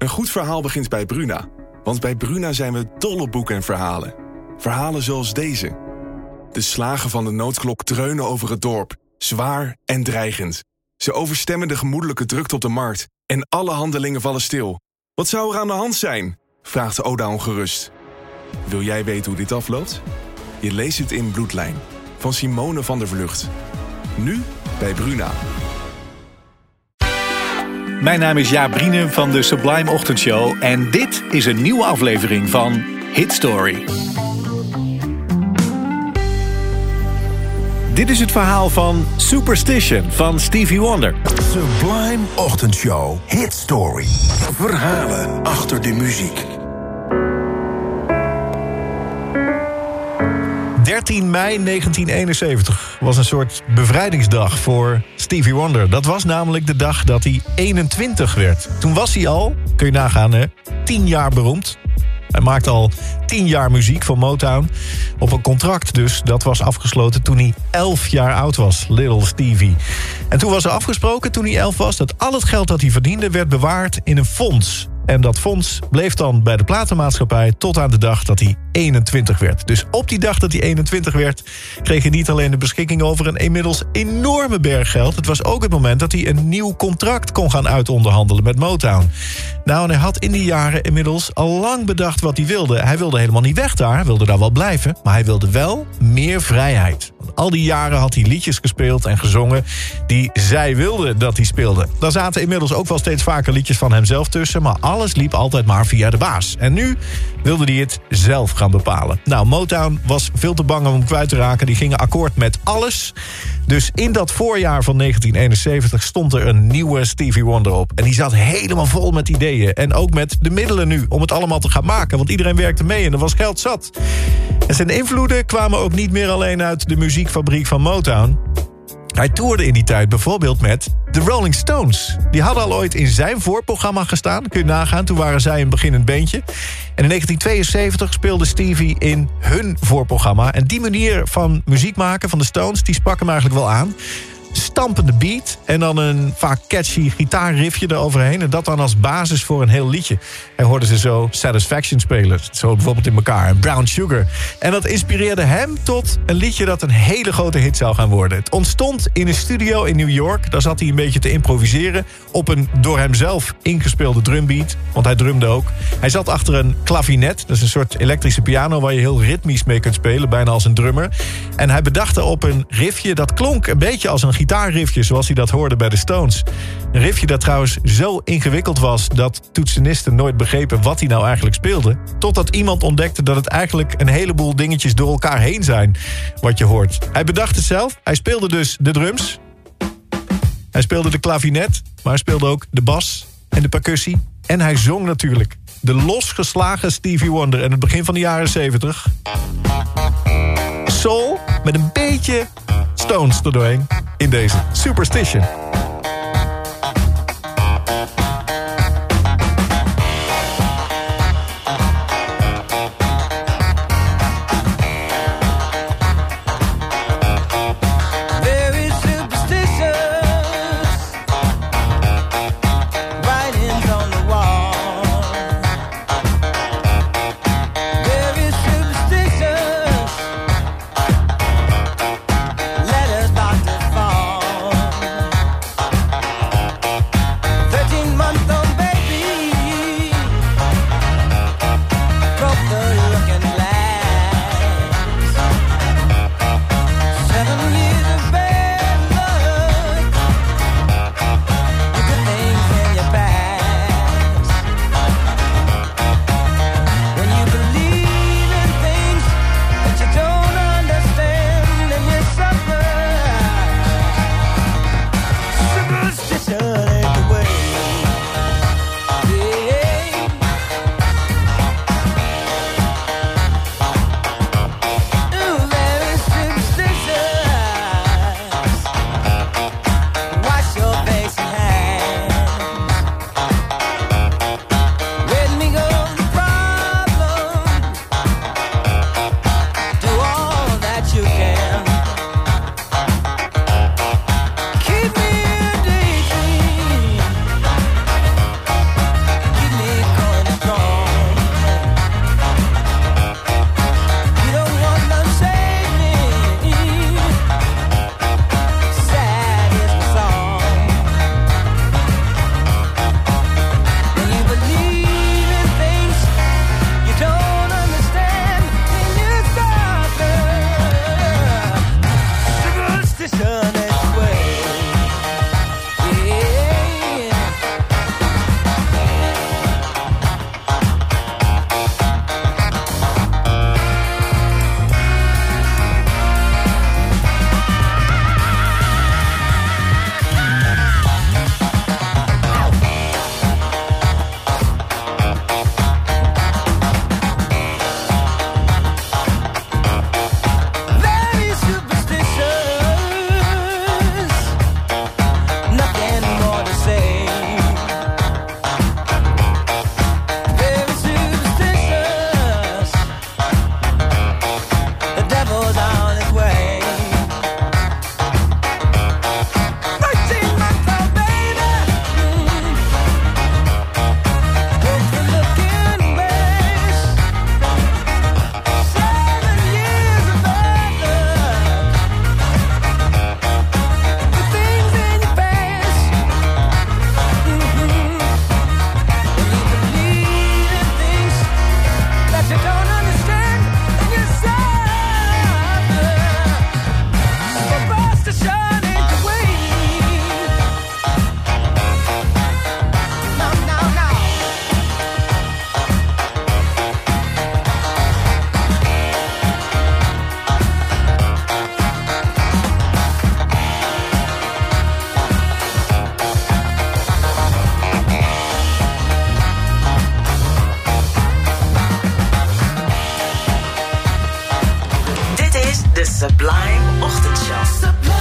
Een goed verhaal begint bij Bruna. Want bij Bruna zijn we dol op boeken en verhalen. Verhalen zoals deze. De slagen van de noodklok dreunen over het dorp. Zwaar en dreigend. Ze overstemmen de gemoedelijke drukte op de markt. En alle handelingen vallen stil. Wat zou er aan de hand zijn? Vraagt Oda ongerust. Wil jij weten hoe dit afloopt? Je leest het in Bloedlijn. Van Simone van der Vlucht. Nu bij Bruna. Mijn naam is Jaap Brienen van de Sublime Ochtendshow. En dit is een nieuwe aflevering van Hit Story. Dit is het verhaal van Superstition van Stevie Wonder. Sublime Ochtendshow Hit Story. Verhalen achter de muziek. 13 mei 1971 was een soort bevrijdingsdag voor Stevie Wonder. Dat was namelijk de dag dat hij 21 werd. Toen was hij al, kun je nagaan, 10 jaar beroemd. Hij maakte al 10 jaar muziek voor Motown. Op een contract dus, dat was afgesloten toen hij 11 jaar oud was. Little Stevie. En toen was er afgesproken, toen hij 11 was, dat al het geld dat hij verdiende werd bewaard in een fonds. En dat fonds bleef dan bij de platenmaatschappij tot aan de dag dat hij 21 werd. Dus op die dag dat hij 21 werd, kreeg hij niet alleen de beschikking over een inmiddels enorme berg geld. Het was ook het moment dat hij een nieuw contract kon gaan uitonderhandelen met Motown. Nou, en hij had in die jaren inmiddels al lang bedacht wat hij wilde. Hij wilde helemaal niet weg daar, wilde daar wel blijven, maar hij wilde wel meer vrijheid. Want al die jaren had hij liedjes gespeeld en gezongen die zij wilde dat hij speelde. Daar zaten inmiddels ook wel steeds vaker liedjes van hemzelf tussen, maar alles liep altijd maar via de baas. En nu wilde hij het zelf gaan bepalen. Nou, Motown was veel te bang om hem kwijt te raken. Die gingen akkoord met alles. Dus in dat voorjaar van 1971 stond er een nieuwe Stevie Wonder op. En die zat helemaal vol met ideeën. En ook met de middelen nu om het allemaal te gaan maken. Want iedereen werkte mee en er was geld zat. En zijn invloeden kwamen ook niet meer alleen uit de muziekfabriek van Motown. Hij toerde in die tijd bijvoorbeeld met de Rolling Stones. Die hadden al ooit in zijn voorprogramma gestaan. Kun je nagaan, toen waren zij een beginnend beentje. En in 1972 speelde Stevie in hun voorprogramma. En die manier van muziek maken van de Stones, die sprak hem eigenlijk wel aan. Stampende beat en dan een vaak catchy gitaarriffje eroverheen. En dat dan als basis voor een heel liedje. Hij hoorde ze zo Satisfaction spelen. Zo bijvoorbeeld in elkaar. En Brown Sugar. En dat inspireerde hem tot een liedje dat een hele grote hit zou gaan worden. Het ontstond in een studio in New York. Daar zat hij een beetje te improviseren. Op een door hemzelf ingespeelde drumbeat. Want hij drumde ook. Hij zat achter een klavinet. Dat is een soort elektrische piano waar je heel ritmisch mee kunt spelen. Bijna als een drummer. En hij bedacht er op een riffje. Dat klonk een beetje als een gitaarriffje zoals hij dat hoorde bij de Stones. Een riffje dat trouwens zo ingewikkeld was dat toetsenisten nooit begrepen wat hij nou eigenlijk speelde. Totdat iemand ontdekte dat het eigenlijk een heleboel dingetjes door elkaar heen zijn wat je hoort. Hij bedacht het zelf. Hij speelde dus de drums. Hij speelde de klavinet. Maar hij speelde ook de bas en de percussie. En hij zong natuurlijk. De losgeslagen Stevie Wonder in het begin van de jaren 70. Soul met een beetje Stones erdoorheen in deze Superstition. De Sublime Ochtendshow.